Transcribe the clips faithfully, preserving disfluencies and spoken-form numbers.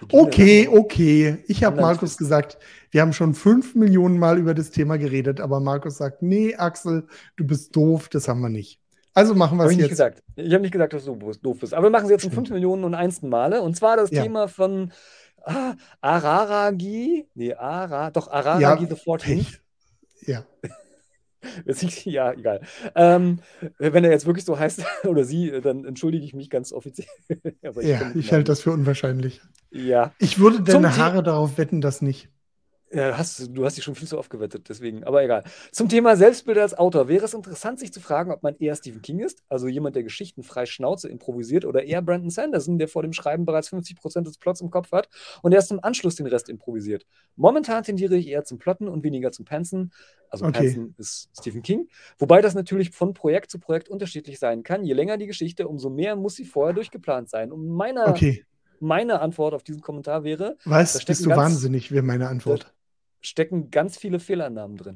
Okay, okay. Ich habe Markus gesagt, wir haben schon fünf Millionen Mal über das Thema geredet, aber Markus sagt, nee, Axel, du bist doof, das haben wir nicht. Also machen wir es jetzt. jetzt. Nicht gesagt. Ich habe nicht gesagt, dass du doof bist. Aber wir machen es jetzt um fünf Millionen und einsten Male. Und zwar das Ja. Thema von ah, Araragi. Nee, Ara, doch, Araragi Ja, the fourteenth. Ja. Ja, egal. Ähm, wenn er jetzt wirklich so heißt, oder sie, dann entschuldige ich mich ganz offiziell. Aber ich ja, ich halte das für unwahrscheinlich. Ja. Ich würde deine Haare The- darauf wetten, dass nicht. Ja, hast, du hast dich schon viel zu oft gewettet, deswegen, aber egal. Zum Thema Selbstbilder als Autor wäre es interessant, sich zu fragen, ob man eher Stephen King ist, also jemand, der Geschichten frei Schnauze improvisiert, oder eher Brandon Sanderson, der vor dem Schreiben bereits fünfzig Prozent des Plots im Kopf hat und erst im Anschluss den Rest improvisiert. Momentan tendiere ich eher zum Plotten und weniger zum Pantsen. Also okay. Pantsen ist Stephen King. Wobei das natürlich von Projekt zu Projekt unterschiedlich sein kann. Je länger die Geschichte, umso mehr muss sie vorher durchgeplant sein. Und meiner, okay. meine Antwort auf diesen Kommentar wäre... Was? Bist du ganz, wahnsinnig, wäre meine Antwort. Stecken ganz viele Fehlannahmen drin.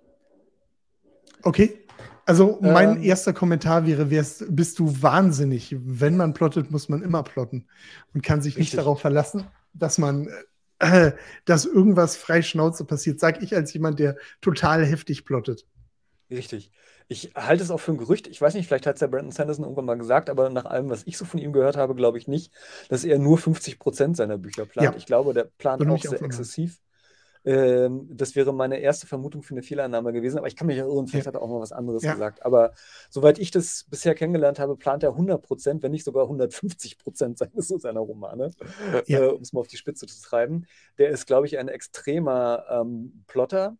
Okay. Also mein ähm, erster Kommentar wäre, wärst, bist du wahnsinnig. Wenn man plottet, muss man immer plotten und kann sich richtig. nicht darauf verlassen, dass man, äh, dass irgendwas frei Schnauze passiert. Sag ich als jemand, der total heftig plottet. Richtig. Ich halte es auch für ein Gerücht. Ich weiß nicht, vielleicht hat es ja Brandon Sanderson irgendwann mal gesagt, aber nach allem, was ich so von ihm gehört habe, glaube ich nicht, dass er nur fünfzig Prozent seiner Bücher plant. Ja. Ich glaube, der plant auch sehr exzessiv. Ähm, das wäre meine erste Vermutung für eine Fehlannahme gewesen, aber ich kann mich ja irren, vielleicht ja. hat er auch mal was anderes ja. gesagt. Aber soweit ich das bisher kennengelernt habe, plant er hundert Prozent, wenn nicht sogar hundertfünfzig Prozent seines, seiner Romane, ja. äh, um es mal auf die Spitze zu treiben. Der ist, glaube ich, ein extremer ähm, Plotter.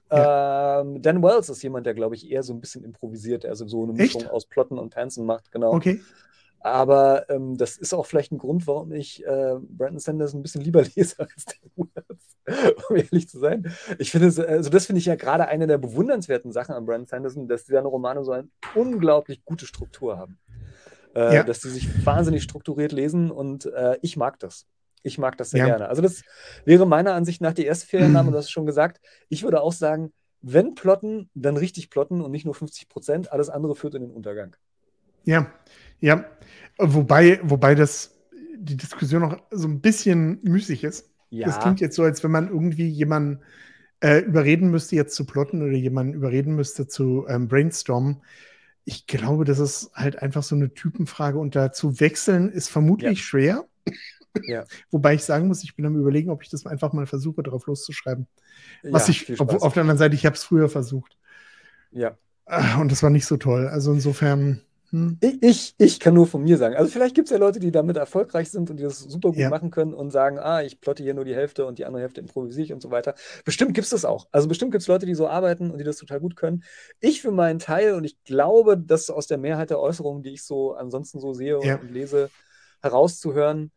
Ja. Ähm, Dan Wells ist jemand, der, glaube ich, eher so ein bisschen improvisiert, also so eine Mischung Echt? aus Plotten und Pantsen macht, genau. Okay. Aber ähm, das ist auch vielleicht ein Grund, warum ich äh, Brandon Sanderson ein bisschen lieber lese als Dan Wells, um ehrlich zu sein. Ich finde, also das finde ich ja gerade eine der bewundernswerten Sachen an Brandon Sanderson, dass seine Romane so eine unglaublich gute Struktur haben. Äh, ja. Dass sie sich wahnsinnig strukturiert lesen und äh, ich mag das. Ich mag das sehr ja. gerne. Also das wäre meiner Ansicht nach die erste Fehlerannahme, du hast es schon gesagt. Ich würde auch sagen, wenn plotten, dann richtig plotten und nicht nur fünfzig Prozent. Alles andere führt in den Untergang. Ja, ja. Wobei, wobei das die Diskussion noch so ein bisschen müßig ist. Ja. Das klingt jetzt so, als wenn man irgendwie jemanden äh, überreden müsste, jetzt zu plotten oder jemanden überreden müsste zu ähm, brainstormen. Ich glaube, das ist halt einfach so eine Typenfrage und da zu wechseln ist vermutlich ja. schwer. Ja. Wobei ich sagen muss, ich bin am Überlegen, ob ich das einfach mal versuche, darauf loszuschreiben. Was ja, ich, auf, auf der anderen Seite, ich habe es früher versucht. Ja. Und das war nicht so toll. Also insofern. Hm. Ich, ich, ich kann nur von mir sagen. Also vielleicht gibt es ja Leute, die damit erfolgreich sind und die das super gut ja. machen können und sagen, ah, ich plotte hier nur die Hälfte und die andere Hälfte improvisiere ich und so weiter. Bestimmt gibt es das auch. Also bestimmt gibt es Leute, die so arbeiten und die das total gut können. Ich für meinen Teil, und ich glaube, dass aus der Mehrheit der Äußerungen, die ich so ansonsten so sehe ja. und, und lese, herauszuhören,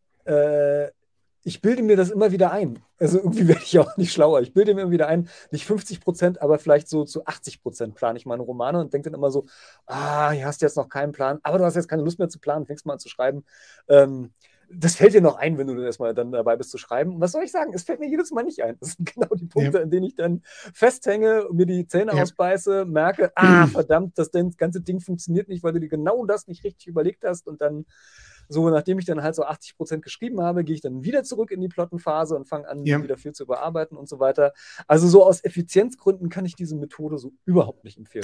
äh, ich bilde mir das immer wieder ein. Also irgendwie werde ich auch nicht schlauer. Ich bilde mir immer wieder ein, nicht fünfzig Prozent, aber vielleicht so zu achtzig Prozent plane ich meine Romane und denke dann immer so, ah, hier hast du jetzt noch keinen Plan, aber du hast jetzt keine Lust mehr zu planen, fängst mal an zu schreiben. Ähm, das fällt dir noch ein, wenn du dann erstmal dann dabei bist zu schreiben. Und was soll ich sagen? Es fällt mir jedes Mal nicht ein. Das sind genau die Punkte, ja. an denen ich dann festhänge, mir die Zähne ja. ausbeiße, merke, ah, verdammt, das ganze Ding funktioniert nicht, weil du dir genau das nicht richtig überlegt hast und dann so, nachdem ich dann halt so achtzig Prozent geschrieben habe, gehe ich dann wieder zurück in die Plottenphase und fange an, ja. wieder viel zu überarbeiten und so weiter. Also so aus Effizienzgründen kann ich diese Methode so überhaupt nicht empfehlen.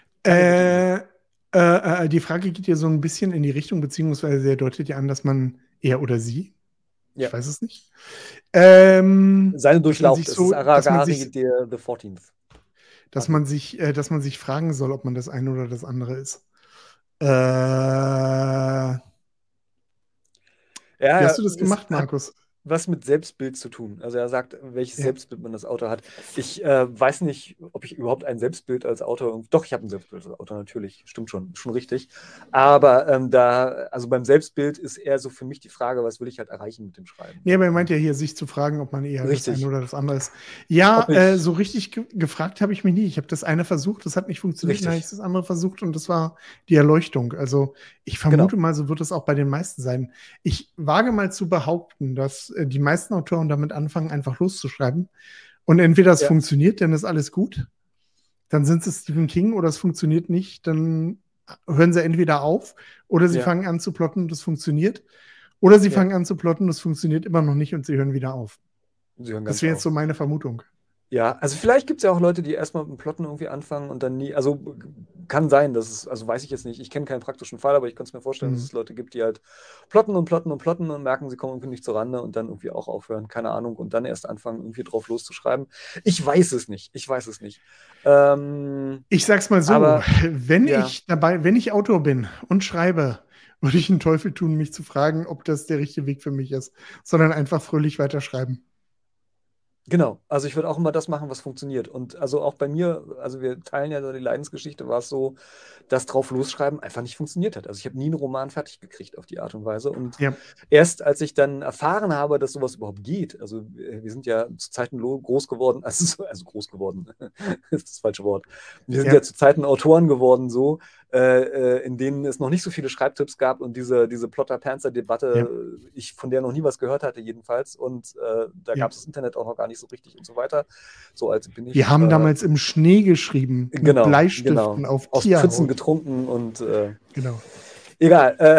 Äh, äh, die Frage geht ja so ein bisschen in die Richtung, beziehungsweise er deutet ja an, dass man, er oder sie, ja. ich weiß es nicht. Ähm, Seine Durchlauf, das so, ist Aragari der The fourteenth. Dass man, sich, äh, dass man sich fragen soll, ob man das eine oder das andere ist. Äh... Ja, Wie hast du das gemacht, Markus? Was mit Selbstbild zu tun. Also er sagt, welches ja. Selbstbild man als Autor hat. Ich äh, weiß nicht, ob ich überhaupt ein Selbstbild als Autor... Doch, ich habe ein Selbstbild als Autor, natürlich. Stimmt schon, schon richtig. Aber ähm, da, also beim Selbstbild ist eher so für mich die Frage, was will ich halt erreichen mit dem Schreiben? Nee, aber er meint ja hier, sich zu fragen, ob man eher richtig. das eine oder das andere ist. Ja, äh, so richtig ge- gefragt habe ich mich nie. Ich habe das eine versucht, das hat nicht funktioniert, dann habe ich das andere versucht und das war die Erleuchtung. Also ich vermute genau. mal, so wird es auch bei den meisten sein. Ich wage mal zu behaupten, dass äh, die meisten Autoren damit anfangen, einfach loszuschreiben. Und entweder es ja. funktioniert, dann ist alles gut. Dann sind sie Stephen King, oder es funktioniert nicht, dann hören sie entweder auf oder sie ja. fangen an zu plotten und es funktioniert. Oder sie ja. fangen an zu plotten, das funktioniert immer noch nicht und sie hören wieder auf. Sie hören das wäre jetzt so meine Vermutung. Ja, also vielleicht gibt es ja auch Leute, die erstmal mit dem Plotten irgendwie anfangen und dann nie, also kann sein, dass es, also weiß ich jetzt nicht, ich kenne keinen praktischen Fall, aber ich kann es mir vorstellen, mhm. dass es Leute gibt, die halt plotten und plotten und plotten und merken, sie kommen irgendwie nicht zur Rande und dann irgendwie auch aufhören, keine Ahnung, und dann erst anfangen, irgendwie drauf loszuschreiben. Ich weiß es nicht, ich weiß es nicht. Ähm, ich sag's mal so, aber, wenn ja. ich dabei, wenn ich Autor bin und schreibe, würde ich einen Teufel tun, mich zu fragen, ob das der richtige Weg für mich ist, sondern einfach fröhlich weiterschreiben. Genau, also ich würde auch immer das machen, was funktioniert. Und also auch bei mir, also wir teilen ja so die Leidensgeschichte, war es so, dass drauf losschreiben einfach nicht funktioniert hat. Also ich habe nie einen Roman fertig gekriegt auf die Art und Weise. Und ja. erst als ich dann erfahren habe, dass sowas überhaupt geht, also wir sind ja zu Zeiten groß geworden, also, also groß geworden, das ist das falsche Wort. Wir sind ja, ja zu Zeiten Autoren geworden, so, äh, in denen es noch nicht so viele Schreibtipps gab und diese, diese Plotter-Panzer-Debatte, ja. ich von der noch nie was gehört hatte jedenfalls. Und äh, da ja. gab es das Internet auch noch gar nicht so richtig und so weiter. So alt bin ich. Wir haben äh, damals im Schnee geschrieben, mit genau, Bleistiften genau. auf aus Tierhaut. Pfützen getrunken und äh, genau. Egal. Äh,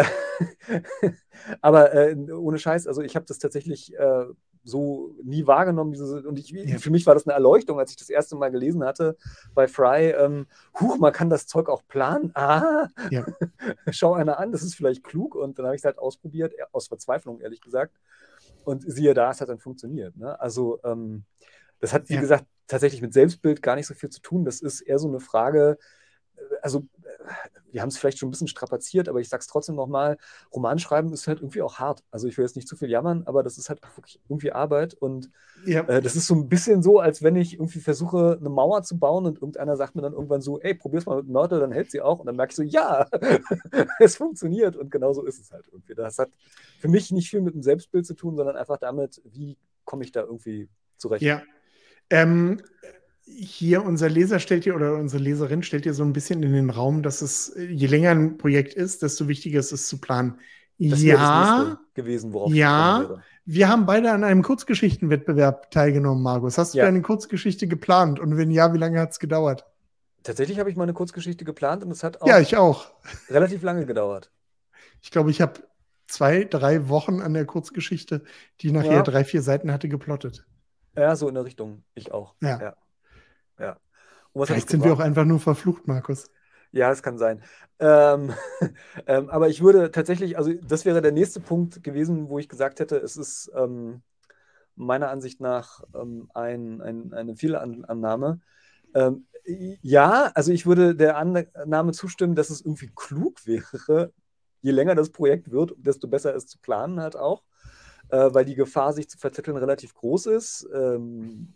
aber äh, ohne Scheiß, also ich habe das tatsächlich äh, so nie wahrgenommen. Diese, und ich, ja. für mich war das eine Erleuchtung, als ich das erste Mal gelesen hatte bei Fry. Ähm, huch, man kann das Zeug auch planen. Ah, ja. Schau einer an, das ist vielleicht klug. Und dann habe ich es halt ausprobiert, aus Verzweiflung, ehrlich gesagt. Und siehe da, es hat dann funktioniert. Ne? Also ähm, das hat, wie ja. gesagt, tatsächlich mit Selbstbild gar nicht so viel zu tun. Das ist eher so eine Frage, also wir haben es vielleicht schon ein bisschen strapaziert, aber ich sage es trotzdem nochmal, Romanschreiben ist halt irgendwie auch hart. Also ich will jetzt nicht zu viel jammern, aber das ist halt auch wirklich irgendwie Arbeit und ja. äh, das ist so ein bisschen so, als wenn ich irgendwie versuche, eine Mauer zu bauen und irgendeiner sagt mir dann irgendwann so, ey, probier's mal mit einem Mörtel, dann hält sie auch und dann merke ich so, ja, es funktioniert und genau so ist es halt irgendwie. Das hat für mich nicht viel mit dem Selbstbild zu tun, sondern einfach damit, wie komme ich da irgendwie zurecht. Ja, ähm hier unser Leser stellt dir oder unsere Leserin stellt dir so ein bisschen in den Raum, dass es, je länger ein Projekt ist, desto wichtiger ist es zu planen. Das ja, wäre das nächste gewesen, worauf ja, ich gekommen wäre. Wir haben beide an einem Kurzgeschichtenwettbewerb teilgenommen, Markus. Hast du ja. deine Kurzgeschichte geplant? Und wenn ja, wie lange hat es gedauert? Tatsächlich habe ich mal eine Kurzgeschichte geplant und es hat auch, ja, ich auch relativ lange gedauert. Ich glaube, ich habe zwei, drei Wochen an der Kurzgeschichte, die nachher ja. drei, vier Seiten hatte, geplottet. Ja, so in der Richtung. Ich auch. Ja. ja. Ja. Vielleicht sind wir auch einfach nur verflucht, Markus. Ja, es kann sein. Ähm, ähm, aber ich würde tatsächlich, also das wäre der nächste Punkt gewesen, wo ich gesagt hätte, es ist ähm, meiner Ansicht nach ähm, ein, ein, eine Fehlannahme. Ähm, ja, also ich würde der Annahme zustimmen, dass es irgendwie klug wäre, je länger das Projekt wird, desto besser es zu planen halt auch, äh, weil die Gefahr, sich zu verzetteln, relativ groß ist. Ähm,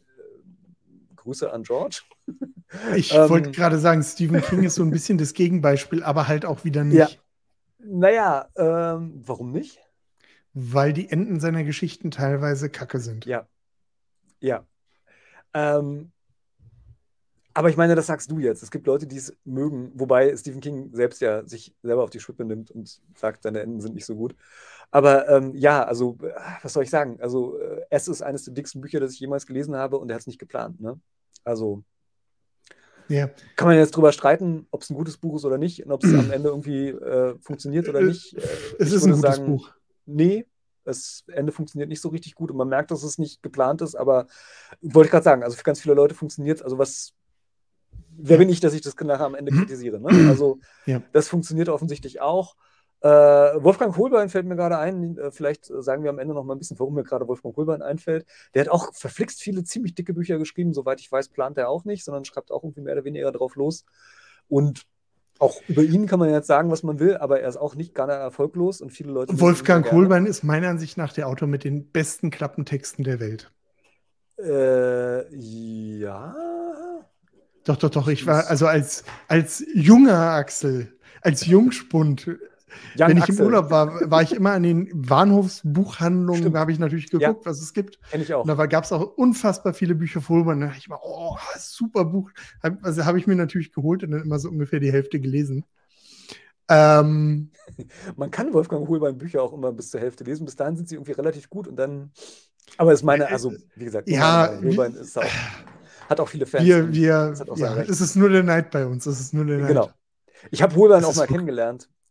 Grüße an George. Ich ähm, wollte gerade sagen, Stephen King ist so ein bisschen das Gegenbeispiel, aber halt auch wieder nicht. Ja. Naja, ähm, warum nicht? Weil die Enden seiner Geschichten teilweise kacke sind. Ja. Ja. Ähm, aber ich meine, das sagst du jetzt. Es gibt Leute, die es mögen, wobei Stephen King selbst ja sich selber auf die Schippe nimmt und sagt, seine Enden sind nicht so gut. Aber ähm, ja, also, was soll ich sagen? Also, äh, es ist eines der dicksten Bücher, das ich jemals gelesen habe und er hat es nicht geplant. Ne? Also, ja. kann man jetzt drüber streiten, ob es ein gutes Buch ist oder nicht und ob es am Ende irgendwie äh, funktioniert oder nicht. Äh, es ich ist ein gutes sagen, Buch. Nee, das Ende funktioniert nicht so richtig gut und man merkt, dass es nicht geplant ist, aber wollte ich gerade sagen, also für ganz viele Leute funktioniert es. Also, was. Wer ja. bin ich, dass ich das nachher am Ende kritisiere? Ne? Also, ja. das funktioniert offensichtlich auch. Äh, Wolfgang Holbein fällt mir gerade ein. Äh, vielleicht sagen wir am Ende noch mal ein bisschen, warum mir gerade Wolfgang Holbein einfällt. Der hat auch verflixt viele ziemlich dicke Bücher geschrieben. Soweit ich weiß, plant er auch nicht, sondern schreibt auch irgendwie mehr oder weniger drauf los. Und auch über ihn kann man jetzt sagen, was man will, aber er ist auch nicht gar nicht erfolglos. Und viele Leute. Wolfgang Holbein ist meiner Ansicht nach der Autor mit den besten Klappentexten der Welt. Äh, ja. Doch, doch, doch. Ich war also als, als junger Axel, als Jungspund, Young wenn ich Axel. im Urlaub war, war ich immer an den Bahnhofsbuchhandlungen, da habe ich natürlich geguckt, ja. was es gibt. Kenn ich auch. Und da gab es auch unfassbar viele Bücher vor. Und da dachte ich mal, oh, super Buch. Also habe ich mir natürlich geholt und dann immer so ungefähr die Hälfte gelesen. Ähm, Man kann Wolfgang Holbein Bücher auch immer bis zur Hälfte lesen. Bis dahin sind sie irgendwie relativ gut und dann. Aber ist meine, also wie gesagt, ja, Holbein ist auch. Hat auch viele Fans. Wir, wir, ja, es ist nur der Neid bei uns. Es ist nur der Neid. Genau. Ich habe Holbein auch mal kennengelernt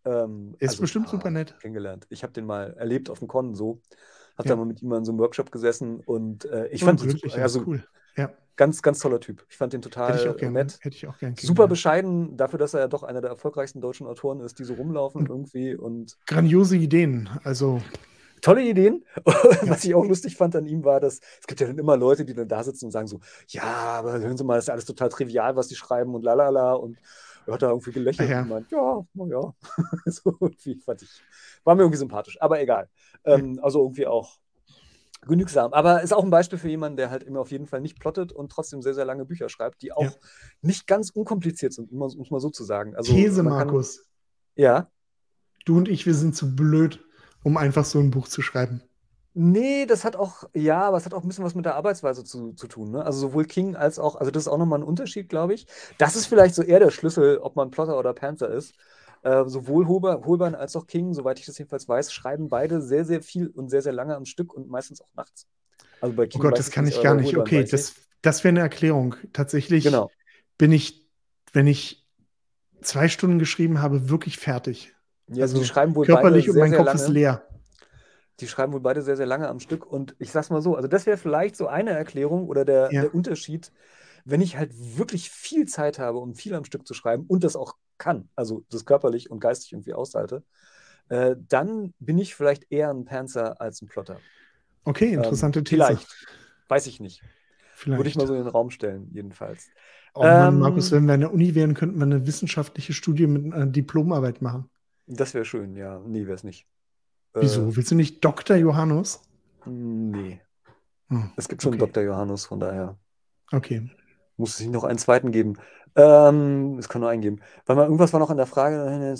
Ähm, Ist also, bestimmt ah, super nett. kennengelernt. Ich habe den mal erlebt auf dem Con so. Hab Ja. da mal mit ihm mal in so einem Workshop gesessen und äh, ich Oh, fand ihn wirklich, super. ja, Also cool. Ja, ganz, ganz toller Typ. Ich fand den hätte ich auch total äh, gern, nett. hätte ich auch gern Super kennengelernt. bescheiden, dafür, dass er ja doch einer der erfolgreichsten deutschen Autoren ist, die so rumlaufen Und irgendwie und grandiose Ideen. Also, tolle Ideen. ja. Was ich auch lustig fand an ihm war, dass es gibt ja dann immer Leute, die dann da sitzen und sagen so, ja, aber hören Sie mal, das ist ja alles total trivial, was die schreiben und lalala und er hat da irgendwie Ach gelächelt und ja. gemeint, ja, na ja. So irgendwie fand ich, war mir irgendwie sympathisch, aber egal. Ja. Ähm, also irgendwie auch genügsam. Aber ist auch ein Beispiel für jemanden, der halt immer auf jeden Fall nicht plottet und trotzdem sehr, sehr lange Bücher schreibt, die Ja. auch nicht ganz unkompliziert sind, um es mal so zu sagen. Also These, man kann, Markus. ja, Du und ich, wir sind zu blöd, um einfach so ein Buch zu schreiben. nee, das hat auch, ja, aber es hat auch ein bisschen was mit der Arbeitsweise zu, zu tun. Ne? Also sowohl King als auch, also das ist auch nochmal ein Unterschied, glaube ich. Das ist vielleicht so eher der Schlüssel, ob man Plotter oder Panther ist. Äh, sowohl Holber, Holbein als auch King, soweit ich das jedenfalls weiß, schreiben beide sehr, sehr viel und sehr, sehr lange am Stück und meistens auch nachts. Also bei Oh King Gott, weiß das ich kann nicht, ich aber gar bei nicht. Holbein Okay, weiß ich. das, das wäre eine Erklärung. Tatsächlich Genau. bin ich, wenn ich zwei Stunden geschrieben habe, wirklich fertig. Ja, also die Also schreiben wohl beide körperlich und sehr, mein sehr Kopf ist lange. leer. Die schreiben wohl beide sehr, sehr lange am Stück. Und ich sag's mal so, also das wäre vielleicht so eine Erklärung oder der, Ja. der Unterschied, wenn ich halt wirklich viel Zeit habe, um viel am Stück zu schreiben und das auch kann, also das körperlich und geistig irgendwie aushalte, äh, dann bin ich vielleicht eher ein Panther als ein Plotter. Okay, Ähm, interessante These. vielleicht, weiß ich nicht. Würde ich mal Vielleicht. so in den Raum stellen, jedenfalls. Oh Mann, Markus, Ähm, wenn wir an der Uni wären, könnten wir eine wissenschaftliche Studie mit einer Diplomarbeit machen. Das wäre schön, ja. Nee, wäre es nicht. Äh, Wieso? Willst du nicht Doktor Johannes? nee. Hm, Es gibt schon einen okay. Doktor Johannes, von daher. Okay. Muss es nicht noch einen zweiten geben? Ähm, es kann nur einen geben. Weil mal irgendwas war noch an der Frage.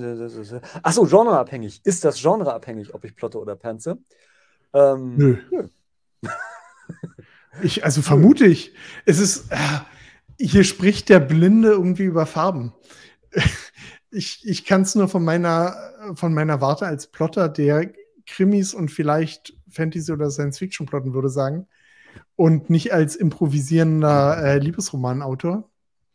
Achso, genreabhängig. Ist das genreabhängig, ob ich plotte oder panze? Ähm, Nö. nö. Ich, also Nö. vermute ich. Es ist, äh, hier spricht der Blinde irgendwie über Farben. Ich, ich kann es nur von meiner, von meiner Warte als Plotter, der Krimis und vielleicht Fantasy oder Science Fiction plotten würde, sagen. Und nicht als improvisierender äh, Liebesromanautor.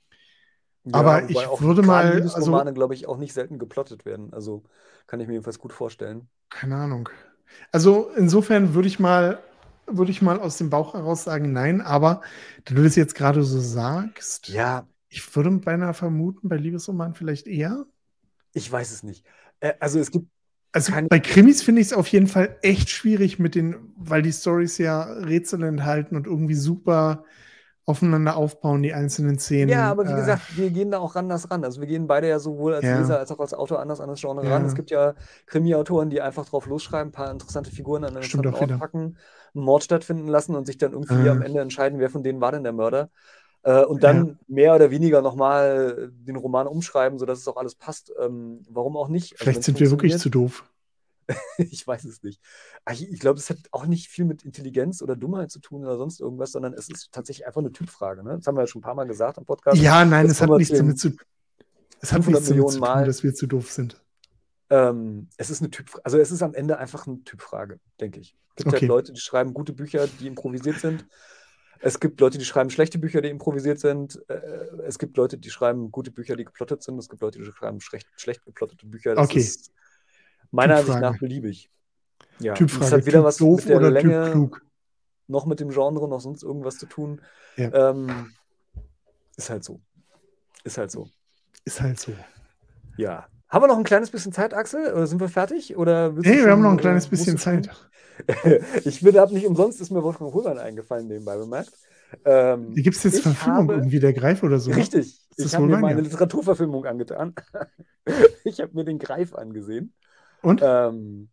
Ja, Aber wobei ich auch würde gerade mal, Liebesromane, also, glaube ich, auch nicht selten geplottet werden. Also kann ich mir jedenfalls gut vorstellen. keine Ahnung. Also insofern würde ich mal, würde ich mal aus dem Bauch heraus sagen, nein, aber da du das jetzt gerade so sagst, Ja, ich würde beinahe vermuten, bei Liebesromanen vielleicht eher. ich weiß es nicht. Äh, also es gibt Also keine. bei Krimis finde ich es auf jeden Fall echt schwierig mit den, weil die Storys ja Rätsel enthalten und irgendwie super aufeinander aufbauen, die einzelnen Szenen. Ja, aber wie Äh, gesagt, wir gehen da auch anders ran. Also wir gehen beide ja sowohl als ja, Leser als auch als Autor anders an das Genre ran. Es ja, gibt ja Krimi-Autoren, die einfach drauf losschreiben, ein paar interessante Figuren an einen stimmt interessanten auch Ort wieder. packen, einen Mord stattfinden lassen und sich dann irgendwie am Äh, Ende entscheiden, wer von denen war denn der Mörder. Äh, und ja. dann mehr oder weniger nochmal den Roman umschreiben, sodass es auch alles passt. Ähm, warum auch nicht? Also wenn Vielleicht es sind wir wirklich zu funktioniert, doof. ich weiß es nicht. Ich, ich glaube, es hat auch nicht viel mit Intelligenz oder Dummheit zu tun oder sonst irgendwas, sondern es ist tatsächlich einfach eine Typfrage. Ne? Das haben wir ja schon ein paar Mal gesagt am Podcast. Ja, nein, Das es hat nichts damit erzählen zu, es hat fünfhundert nichts damit Millionen zu tun, Mal. dass wir zu doof sind. Ähm, es ist eine Typfrage. Also es ist am Ende einfach eine Typfrage, denke ich. Es gibt halt Okay. Leute, die schreiben gute Bücher, die improvisiert sind. Es gibt Leute, die schreiben schlechte Bücher, die improvisiert sind. Äh, es gibt Leute, die schreiben gute Bücher, die geplottet sind. Es gibt Leute, die schreiben schlecht, schlecht geplottete Bücher. Das Okay. ist meiner Ansicht nach Typfrage. beliebig. Ja, und es Typfrage. hat weder Typ was doof mit der oder Typ Länge klug? noch mit dem Genre noch sonst irgendwas zu tun. Ja, Ähm, ist halt so. Ist halt so. ist halt so. Ja. Haben wir noch ein kleines bisschen Zeit, Axel? Oder sind wir fertig? Oder willst du Hey, wir schon, haben noch ein äh, kleines musst bisschen du schon? Zeit. Ich bin ab nicht umsonst, ist mir Wolfgang Hohlmann eingefallen, nebenbei bemerkt. Ähm, Hier gibt es jetzt ich Verfilmung habe, irgendwie, der Greif oder so, ne? richtig, Ist ich das habe wohl mir mein, mal eine ja. Literaturverfilmung angetan. Ich habe mir den Greif angesehen. Und? Ähm,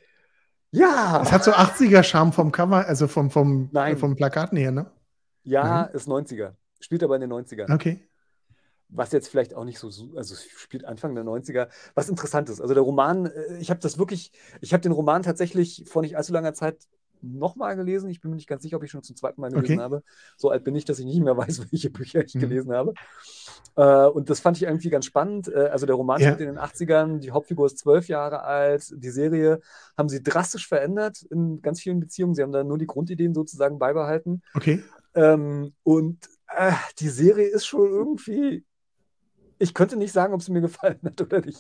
Es ja, hat so achtziger-Charme vom Cover, also vom, vom, äh, nein, vom Plakaten her, ne? ja, Nein? ist neunziger. Spielt aber in den neunzigern. Okay. Was jetzt vielleicht auch nicht so, su- also es spielt Anfang der neunziger, was interessant ist. Also der Roman, äh, ich habe das wirklich, ich habe den Roman tatsächlich vor nicht allzu langer Zeit nochmal gelesen. Ich bin mir nicht ganz sicher, ob ich schon zum zweiten Mal gelesen Okay. habe. So alt bin ich, dass ich nicht mehr weiß, welche Bücher ich Mhm. gelesen habe. Äh, und das fand ich irgendwie ganz spannend. Äh, also der Roman Ja. spielt in den achtzigern, die Hauptfigur ist zwölf Jahre alt. Die Serie haben sie drastisch verändert in ganz vielen Beziehungen. Sie haben da nur die Grundideen sozusagen beibehalten. Okay. Ähm, und äh, die Serie ist schon irgendwie, ich könnte nicht sagen, ob es mir gefallen hat oder nicht.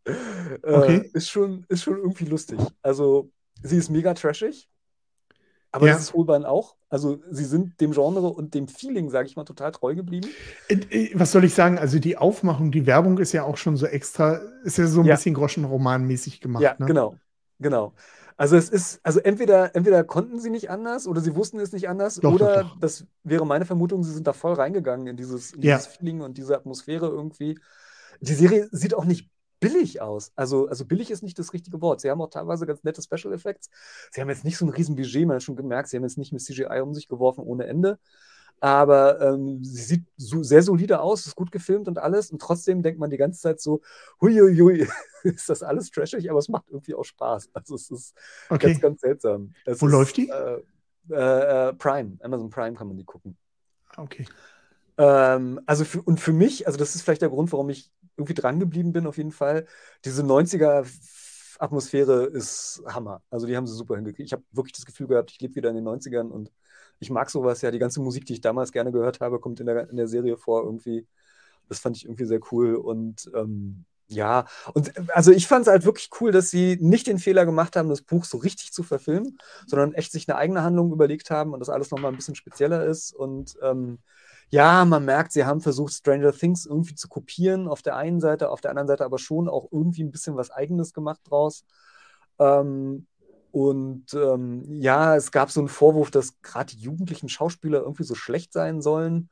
Äh, ist schon, ist schon irgendwie lustig. Also, sie ist mega trashig, aber Ja. das ist Holbein auch. Also, sie sind dem Genre und dem Feeling, sage ich mal, total treu geblieben. Äh, äh, Was soll ich sagen? Also die Aufmachung, die Werbung ist ja auch schon so extra, ist ja so ein Ja. bisschen Groschenroman-mäßig gemacht. Ja, ne? genau. Genau. Also es ist, also entweder, entweder konnten sie nicht anders oder sie wussten es nicht anders, Doch, oder doch, doch. das wäre meine Vermutung, sie sind da voll reingegangen in dieses, in Ja. dieses Feeling und diese Atmosphäre irgendwie. Die Serie sieht auch nicht billig aus. Also, also billig ist nicht das richtige Wort. Sie haben auch teilweise ganz nette Special Effects. Sie haben jetzt nicht so ein riesen Budget, man hat schon gemerkt, sie haben jetzt nicht mit C G I um sich geworfen ohne Ende. Aber ähm, sie sieht so sehr solide aus, ist gut gefilmt und alles. Und trotzdem denkt man die ganze Zeit so, huiuiui, ist das alles trashig, aber es macht irgendwie auch Spaß. Also es ist Okay. ganz, ganz seltsam. Es Wo ist, läuft die? Äh, äh, Prime, Amazon Prime kann man die gucken. Okay. Ähm, also für, und für mich, also das ist vielleicht der Grund, warum ich irgendwie dran geblieben bin, auf jeden Fall. Diese neunziger-Atmosphäre ist Hammer. Also die haben sie super hingekriegt. Ich habe wirklich das Gefühl gehabt, ich lebe wieder in den neunzigern und ich mag sowas ja. Die ganze Musik, die ich damals gerne gehört habe, kommt in der, in der Serie vor irgendwie. Das fand ich irgendwie sehr cool. Und ähm, ja, und also ich fand es halt wirklich cool, dass sie nicht den Fehler gemacht haben, das Buch so richtig zu verfilmen, sondern echt sich eine eigene Handlung überlegt haben und das alles nochmal ein bisschen spezieller ist. Und ähm, ja, man merkt, sie haben versucht, Stranger Things irgendwie zu kopieren auf der einen Seite, auf der anderen Seite aber schon auch irgendwie ein bisschen was Eigenes gemacht draus. Ähm, und ähm, ja, es gab so einen Vorwurf, dass gerade die jugendlichen Schauspieler irgendwie so schlecht sein sollen.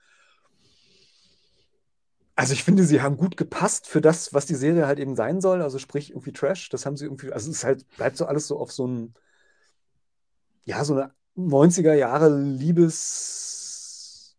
Also ich finde, sie haben gut gepasst für das, was die Serie halt eben sein soll. Also sprich irgendwie Trash. Das haben sie irgendwie, also es ist halt, bleibt so alles so auf so ein, ja, so eine neunziger Jahre Liebes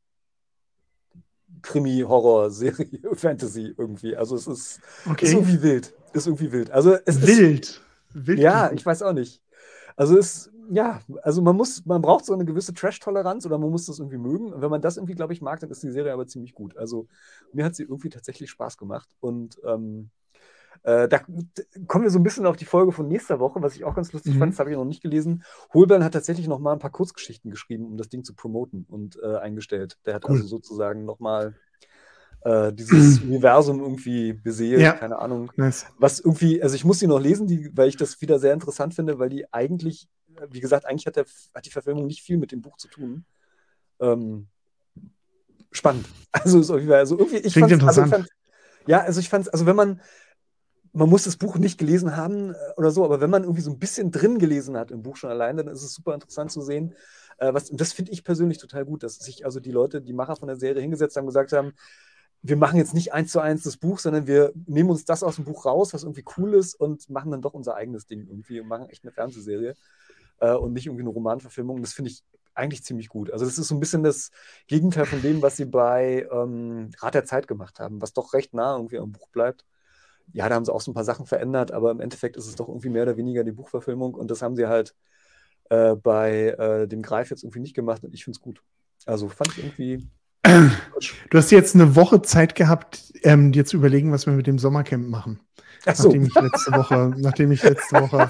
Krimi-Horror-Serie, Fantasy irgendwie. Also es ist, Okay. ist irgendwie wild. Ist irgendwie wild. Also es Wild. Ist, Wild. Ja, ich weiß auch nicht. Also es, ja, also man muss, man braucht so eine gewisse Trash-Toleranz oder man muss das irgendwie mögen. Und wenn man das irgendwie, glaube ich, mag, dann ist die Serie aber ziemlich gut. Also mir hat sie irgendwie tatsächlich Spaß gemacht. Und ähm, äh, da kommen wir so ein bisschen auf die Folge von nächster Woche, was ich auch ganz lustig Mhm. fand, das habe ich noch nicht gelesen. Holbein hat tatsächlich noch mal ein paar Kurzgeschichten geschrieben, um das Ding zu promoten und äh, eingestellt. Der hat Cool. also sozusagen noch mal äh, dieses Universum irgendwie beseelt, Ja. keine Ahnung. Nice. Was irgendwie, also ich muss die noch lesen, die, weil ich das wieder sehr interessant finde, weil die eigentlich, wie gesagt, eigentlich hat, der, hat die Verfilmung nicht viel mit dem Buch zu tun. Ähm, spannend. Also, ist irgendwie, also irgendwie, ich Klingt fand's, interessant. also ich fand, ja, also ich fand es, also wenn man, man muss das Buch nicht gelesen haben äh, oder so, aber wenn man irgendwie so ein bisschen drin gelesen hat im Buch schon alleine, dann ist es super interessant zu sehen. Äh, was, und das finde ich persönlich total gut, dass sich also die Leute, die Macher von der Serie hingesetzt haben, gesagt haben, wir machen jetzt nicht eins zu eins das Buch, sondern wir nehmen uns das aus dem Buch raus, was irgendwie cool ist und machen dann doch unser eigenes Ding irgendwie und machen echt eine Fernsehserie äh, und nicht irgendwie eine Romanverfilmung. Das finde ich eigentlich ziemlich gut. Also das ist so ein bisschen das Gegenteil von dem, was sie bei ähm, Rat der Zeit gemacht haben, was doch recht nah irgendwie am Buch bleibt. Ja, da haben sie auch so ein paar Sachen verändert, aber im Endeffekt ist es doch irgendwie mehr oder weniger die Buchverfilmung und das haben sie halt äh, bei äh, dem Greif jetzt irgendwie nicht gemacht und ich finde es gut. Also fand ich irgendwie. Du hast jetzt eine Woche Zeit gehabt, ähm, dir zu überlegen, was wir mit dem Sommercamp machen. Ach so. Nachdem ich letzte Woche, nachdem ich letzte Woche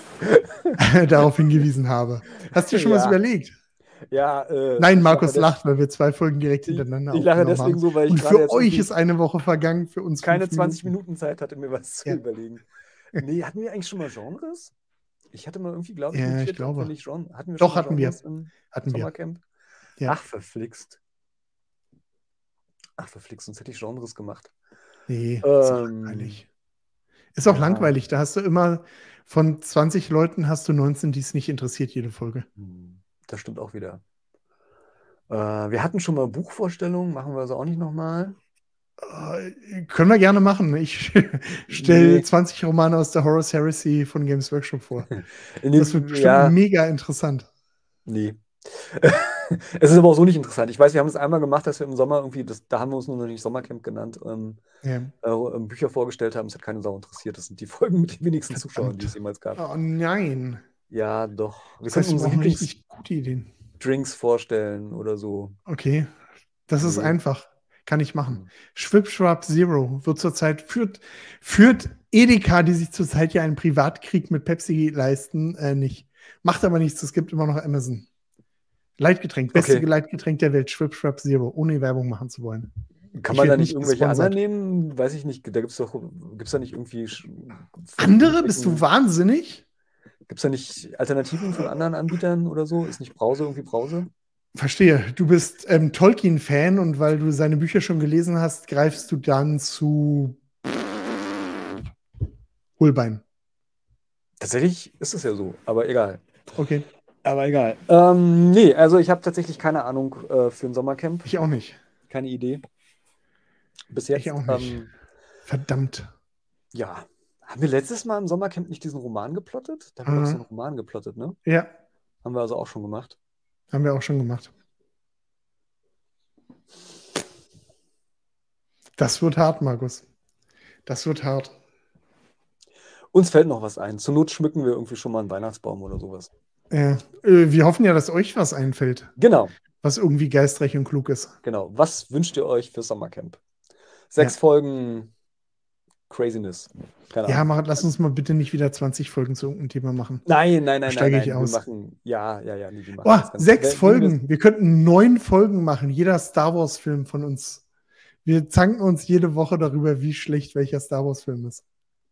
darauf hingewiesen habe. Hast du dir schon ja. was überlegt? Ja, äh, Nein, Markus lacht, weil wir zwei Folgen direkt ich, hintereinander ich lache deswegen haben. so, weil ich Und gerade für jetzt euch ist eine Woche vergangen, für uns keine fünf zwanzig Minuten. Minuten Zeit hatte, mir was zu Ja. überlegen. Nee, hatten wir eigentlich schon mal Genres? Ich hatte mal irgendwie, glaube ich, Ja, notiert, ich glaube. ob wir nicht Gen hatten wir Doch, schon mal hatten wir. Genres im Hatten Sommercamp? wir. Ja. Ach, verflixt. Ach, verflixt, sonst hätte ich Genres gemacht. Nee, ist auch Ähm, langweilig. Ist auch ja. langweilig. Da hast du immer von zwanzig Leuten hast du neunzehn, die es nicht interessiert, jede Folge. Das stimmt auch wieder. Äh, wir hatten schon mal Buchvorstellungen, machen wir also auch nicht nochmal. Äh, können wir gerne machen. Ich stelle Nee. zwanzig Romane aus der Horus Heresy von Games Workshop vor. In Das dem- wird bestimmt ja, mega interessant. nee. Es ist aber auch so nicht interessant. Ich weiß, wir haben es einmal gemacht, dass wir im Sommer irgendwie, das, da haben wir uns nur noch nicht Sommercamp genannt, ähm, Ja. äh, Bücher vorgestellt haben. Es hat keine Sau interessiert. Das sind die Folgen mit den wenigsten Verdammt. Zuschauern, die es jemals gab. Oh nein. Ja, doch. Wir Das können heißt, wir unsere brauchen richtig Lieblingsdrinks gute Ideen. vorstellen oder so. Okay. Das ist Nee. einfach. Kann ich machen. Hm. Schwipschwap Zero wird zurzeit, führt, führt Edeka, die sich zurzeit ja einen Privatkrieg mit Pepsi leisten, äh, nicht. Macht aber nichts, es gibt immer noch Amazon. Leitgetränk, beste Okay. Leitgetränk der Welt, Schwipschwap Zero, ohne Werbung machen zu wollen. Kann man da nicht irgendwelche anderen nehmen? Weiß ich nicht. Da gibt es doch, gibt es da nicht irgendwie. Andere? Bist du wahnsinnig? Gibt es da nicht Alternativen von anderen Anbietern oder so? Ist nicht Brause irgendwie Brause? Verstehe. Du bist ähm, Tolkien-Fan und weil du seine Bücher schon gelesen hast, greifst du dann zu Holbein. Tatsächlich ist es ja so, aber egal. Okay. Aber egal. Ähm, nee, also ich habe tatsächlich keine Ahnung äh, für ein Sommercamp. Ich auch nicht. Keine Idee. Bis jetzt. Ich auch nicht. Ähm, Verdammt. Ja. Haben wir letztes Mal im Sommercamp nicht diesen Roman geplottet? Da haben wir doch so einen Roman geplottet, ne? Ja. Haben wir also auch schon gemacht. Haben wir auch schon gemacht. Das wird hart, Markus. Das wird hart. Uns fällt noch was ein. Zur Not schmücken wir irgendwie schon mal einen Weihnachtsbaum oder sowas. Äh, wir hoffen ja, dass euch was einfällt. Genau. Was irgendwie geistreich und klug ist. Genau. Was wünscht ihr euch für Sommercamp? Sechs ja. Folgen Craziness. Keine ja, mach, lass uns mal bitte nicht wieder zwanzig Folgen zu irgendeinem Thema machen. Nein, nein, nein, nein, nein. Ich aus. Wir machen, ja, ja, ja. Nee, wir machen oh, das ganz sechs Folgen. Wir könnten neun Folgen machen. Jeder Star Wars-Film von uns. Wir zanken uns jede Woche darüber, wie schlecht welcher Star Wars-Film ist.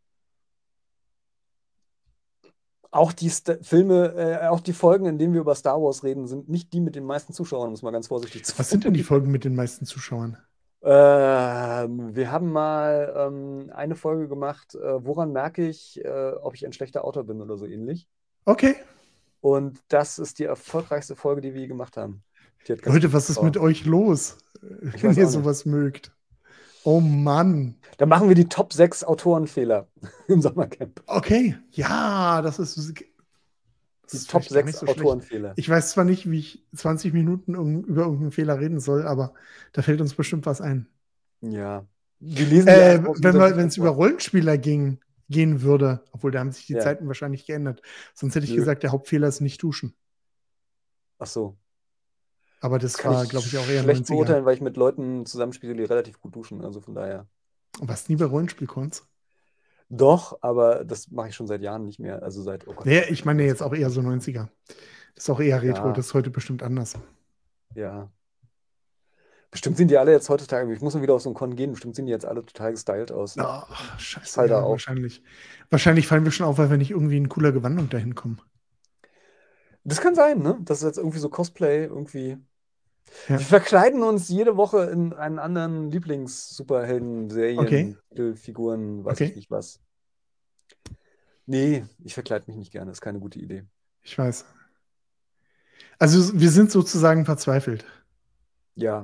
Auch die St- Filme, äh, auch die Folgen, in denen wir über Star Wars reden, sind nicht die mit den meisten Zuschauern, um es mal ganz vorsichtig zu sagen. Was sind denn die Folgen mit den meisten Zuschauern? Äh, wir haben mal ähm, eine Folge gemacht, äh, woran merke ich, äh, ob ich ein schlechter Autor bin oder so ähnlich. Okay. Und das ist die erfolgreichste Folge, die wir je gemacht haben. Leute, was ist mit euch los, wenn ihr sowas mögt? Oh Mann. Dann machen wir die Top sechs Autorenfehler im Sommercamp. Okay, ja, das ist, das die ist Top sechs so Autorenfehler. Ich weiß zwar nicht, wie ich zwanzig Minuten um, über irgendeinen Fehler reden soll, aber da fällt uns bestimmt was ein. Ja. Wir lesen äh, wenn es über Rollenspieler ging, gehen würde, obwohl da haben sich die ja. Zeiten wahrscheinlich geändert. Sonst hätte ich Nö. gesagt, der Hauptfehler ist nicht duschen. Ach so. Aber das, das war, glaube ich, auch eher schlecht beurteilen, weil ich mit Leuten zusammenspiele, die relativ gut duschen. Also von daher. Was nie bei Rollenspielkunst? Doch, aber das mache ich schon seit Jahren nicht mehr. Also seit. Oh Gott, nee, ich meine jetzt auch eher so neunziger. Das ist auch eher Retro. Ja. Das ist heute bestimmt anders. Ja. Bestimmt sind die alle jetzt heutzutage. Ich muss mal wieder auf so einen Con gehen. Bestimmt sind die jetzt alle total gestylt aus. Oh, scheiße. Fall da ja, auf. Wahrscheinlich. Wahrscheinlich fallen wir schon auf, weil wir nicht irgendwie in cooler Gewandung dahin kommen. Das kann sein, ne? Das ist jetzt irgendwie so Cosplay, irgendwie. Ja. Wir verkleiden uns jede Woche in einen anderen Lieblings-Superhelden-Serien, okay. Figuren, weiß okay. ich nicht was. Nee, ich verkleide mich nicht gerne. Das ist keine gute Idee. Ich weiß. Also wir sind sozusagen verzweifelt. Ja.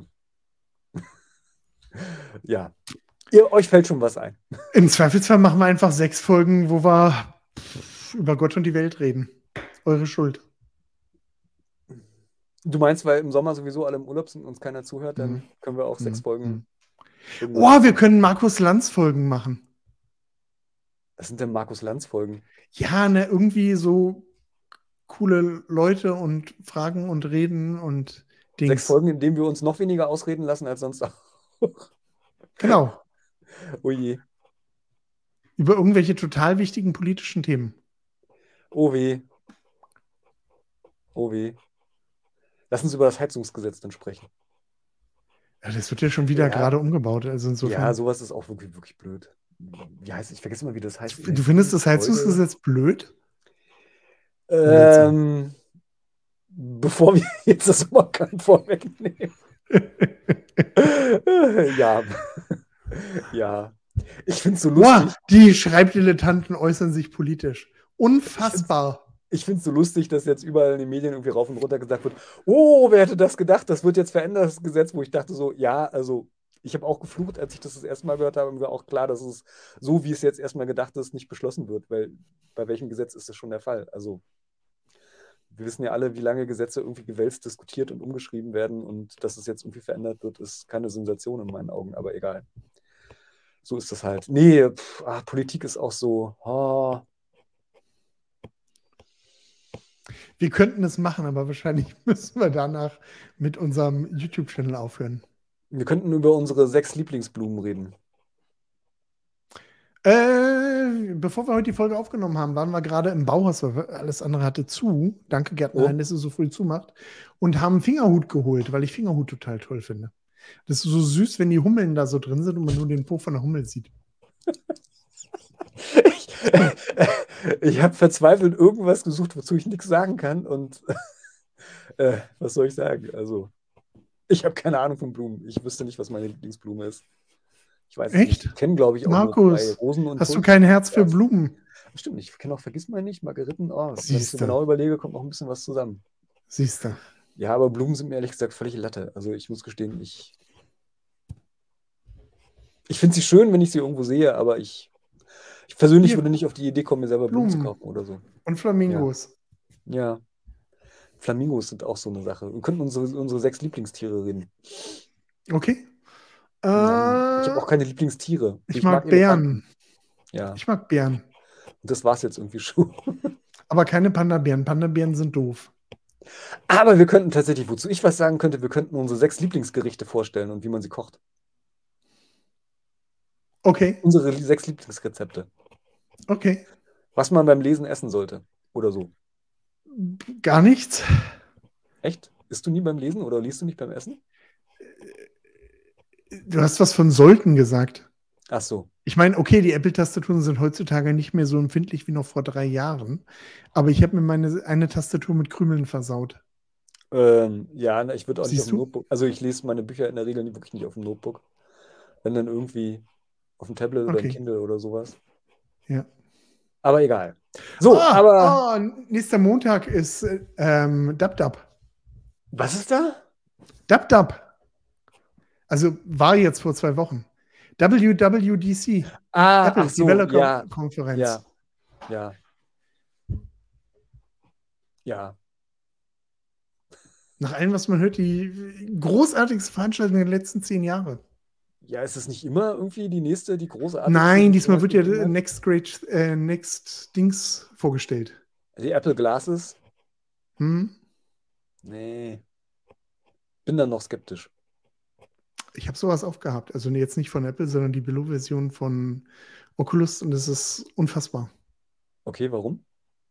ja. Ihr, euch fällt schon was ein. Im Zweifelsfall machen wir einfach sechs Folgen, wo wir über Gott und die Welt reden. Eure Schuld. Du meinst, weil im Sommer sowieso alle im Urlaub sind und uns keiner zuhört, dann mhm. können wir auch sechs mhm. Folgen. Oh, wir können Markus Lanz Folgen machen. Was sind denn Markus Lanz Folgen? Ja, ne, irgendwie so coole Leute und Fragen und Reden und Dings. Sechs Folgen, in denen wir uns noch weniger ausreden lassen als sonst auch. Genau. Oh je. Über irgendwelche total wichtigen politischen Themen. Oh weh. Oh weh. Lass uns über das Heizungsgesetz dann sprechen. Ja, das wird ja schon wieder ja. gerade umgebaut. Also insofern. Ja, sowas ist auch wirklich, wirklich blöd. Wie heißt Ich vergesse immer, wie das heißt. Du findest das Heizungsgesetz blöd? Ähm, bevor wir jetzt das Sommercamp vorwegnehmen. ja. ja. Ich finde es so lustig. Boah, die Schreibdilettanten äußern sich politisch. Unfassbar. Ich finde es so lustig, dass jetzt überall in den Medien irgendwie rauf und runter gesagt wird, oh, wer hätte das gedacht, das wird jetzt verändert, das Gesetz, wo ich dachte so, ja, also ich habe auch geflucht, als ich das das erste Mal gehört habe, und mir war auch klar, dass es so, wie es jetzt erstmal gedacht ist, nicht beschlossen wird, weil bei welchem Gesetz ist das schon der Fall? Also wir wissen ja alle, wie lange Gesetze irgendwie gewälzt, diskutiert und umgeschrieben werden, und dass es jetzt irgendwie verändert wird, ist keine Sensation in meinen Augen, aber egal. So ist das halt. Nee, pff, ach, Politik ist auch so, oh. Wir könnten es machen, aber wahrscheinlich müssen wir danach mit unserem YouTube-Channel aufhören. Wir könnten über unsere sechs Lieblingsblumen reden. Äh, bevor wir heute die Folge aufgenommen haben, waren wir gerade im Bauhaus, weil alles andere hatte zu. Danke, Gärtnerin, oh. dass es so früh zumacht. Und haben einen Fingerhut geholt, weil ich Fingerhut total toll finde. Das ist so süß, wenn die Hummeln da so drin sind und man nur den Po von der Hummel sieht. ich ich habe verzweifelt irgendwas gesucht, wozu ich nichts sagen kann. Und äh, was soll ich sagen? Also, ich habe keine Ahnung von Blumen. Ich wüsste nicht, was meine Lieblingsblume ist. Ich weiß es Echt? nicht. Ich kenne, glaube ich, auch Markus, nur zwei Rosen und hast Tulpen. du kein Herz für Ja. Blumen? Stimmt nicht. Ich kenne auch Vergissmeinnicht, Margeriten. Oh, wenn ich so Siehste. genau überlege, kommt noch ein bisschen was zusammen. Siehst du. Ja, aber Blumen sind mir ehrlich gesagt völlig Latte. Also ich muss gestehen, ich, ich finde sie schön, wenn ich sie irgendwo sehe, aber ich, ich persönlich Hier. würde nicht auf die Idee kommen, mir selber Blumen zu Blumen. kaufen oder so. Und Flamingos. Ja. Flamingos sind auch so eine Sache. Wir könnten unsere, unsere sechs Lieblingstiere reden. Okay. Äh, Nein, ich habe auch keine Lieblingstiere. ich, ich mag Bären. Ja. Ich mag Bären. Und das war's jetzt irgendwie schon. Aber keine Panda-Bären. Panda-Bären sind doof. Aber wir könnten tatsächlich, wozu ich was sagen könnte, wir könnten unsere sechs Lieblingsgerichte vorstellen und wie man sie kocht. Okay. Unsere sechs Lieblingsrezepte. Okay. Was man beim Lesen essen sollte. Oder so. Gar nichts. Echt? Isst du nie beim Lesen oder liest du nicht beim Essen? Du hast was von sollten gesagt. Ach so. Ich meine, okay, die Apple-Tastaturen sind heutzutage nicht mehr so empfindlich wie noch vor drei Jahren. Aber ich habe mir meine eine Tastatur mit Krümeln versaut. Ähm, ja, na, ich würde auch nicht Siehst auf dem du? Notebook. Also ich lese meine Bücher in der Regel wirklich nicht auf dem Notebook. Wenn dann irgendwie auf dem Tablet oder Okay. im Kindle oder sowas. Ja. Aber egal. So, Ah, aber. oh, nächster Montag ist ähm, DubDub. Was ist da? DubDub. Also war jetzt vor zwei Wochen. W W D C. Ah, Apple ach so, Developer ja, Konferenz. ja, ja. Ja. Nach allem, was man hört, die großartigste Veranstaltung der letzten zehn Jahre. Ja, ist es nicht immer irgendwie die nächste, die großartige? Nein, diesmal wird ja Next Great äh, Next Dings vorgestellt. Die Apple Glasses? Hm? Nee. Bin dann noch skeptisch. Ich habe sowas aufgehabt. Also jetzt nicht von Apple, sondern die Below-Version von Oculus und es ist unfassbar. Okay, warum?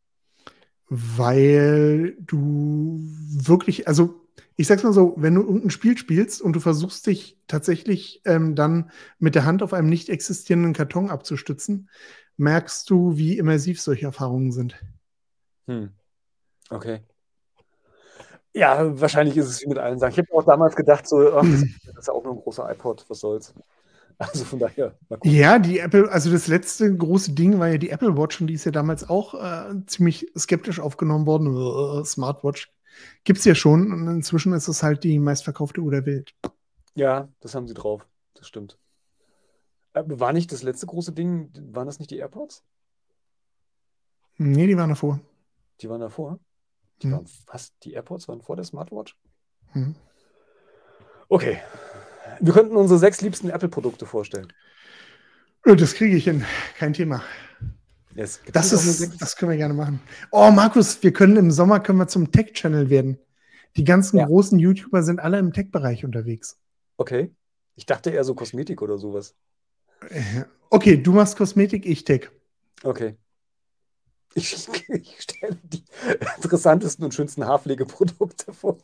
Weil du wirklich, also ich sag's mal so, wenn du irgendein Spiel spielst und du versuchst dich tatsächlich ähm, dann mit der Hand auf einem nicht existierenden Karton abzustützen, merkst du, wie immersiv solche Erfahrungen sind. Hm. Okay. Ja, wahrscheinlich ist es wie mit allen Sachen. Ich habe auch damals gedacht, so, ach, das ist ja auch nur ein großer iPod, was soll's. Also von daher, mal gucken. Ja, die Apple, also das letzte große Ding war ja die Apple Watch und die ist ja damals auch äh, ziemlich skeptisch aufgenommen worden. Uh, Smartwatch gibt's ja schon und inzwischen ist es halt die meistverkaufte Uhr der Welt. Ja, das haben sie drauf, das stimmt. Aber war nicht das letzte große Ding, waren das nicht die AirPods? Nee, die waren davor. Die waren davor? Die hm. waren, was? Die AirPods waren vor der Smartwatch? Hm. Okay. Wir könnten unsere sechs liebsten Apple-Produkte vorstellen. Das kriege ich hin. Kein Thema. Yes. Das, ist, das können wir gerne machen. Oh, Markus, wir können im Sommer können wir zum Tech-Channel werden. Die ganzen ja. großen YouTuber sind alle im Tech-Bereich unterwegs. Okay. Ich dachte eher so Kosmetik oder sowas. Okay, du machst Kosmetik, ich Tech. Okay. Ich, ich stelle die interessantesten und schönsten Haarpflegeprodukte vor.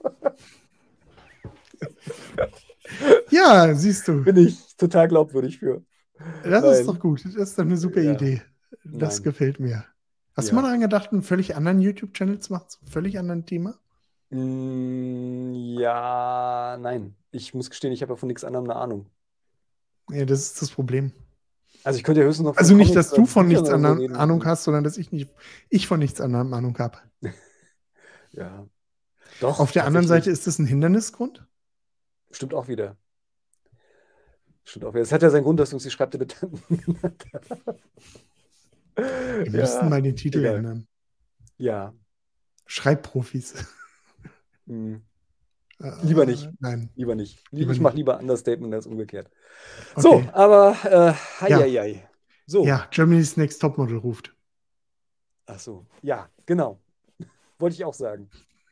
Ja, siehst du. Bin ich total glaubwürdig für. Das Nein. ist doch gut. Das ist doch eine super ja. Idee. Das Nein. gefällt mir. Hast ja. du mal daran gedacht, einen völlig anderen YouTube-Channel zu machen, zu einem völlig anderen Thema? Mm, ja, nein. Ich muss gestehen, ich habe ja von nichts anderem eine Ahnung. Ja, das ist das Problem. Also ich könnte ja höchstens noch... Also nicht, dass du von nichts anderem Ahnung hast, sondern dass ich nicht, ich von nichts anderem Ahnung habe. Ja. Doch. Auf der anderen Seite ist das ein Hindernisgrund? Stimmt auch wieder. Stimmt auch wieder. Es hat ja seinen Grund, dass du uns die Schreibdilettanten genannt hast. Wir ja, müssten mal den Titel egal. ändern. Ja. Schreibprofis. Hm. Lieber nicht. Äh, nein. Lieber nicht. Lieber ich mache lieber Understatement als umgekehrt. Okay. So, aber äh, hei, ja. hei, hei. So. Ja, Germany's Next Topmodel ruft. Ach so. Ja, genau. Wollte ich auch sagen.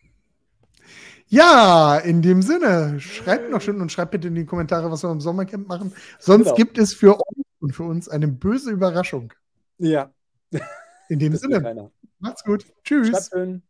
Ja, in dem Sinne, schreibt noch schön und schreibt bitte in die Kommentare, was wir im Sommercamp machen. Sonst genau. gibt es für euch und für uns eine böse Überraschung. Ja. In dem Sinne, macht's gut. Tschüss.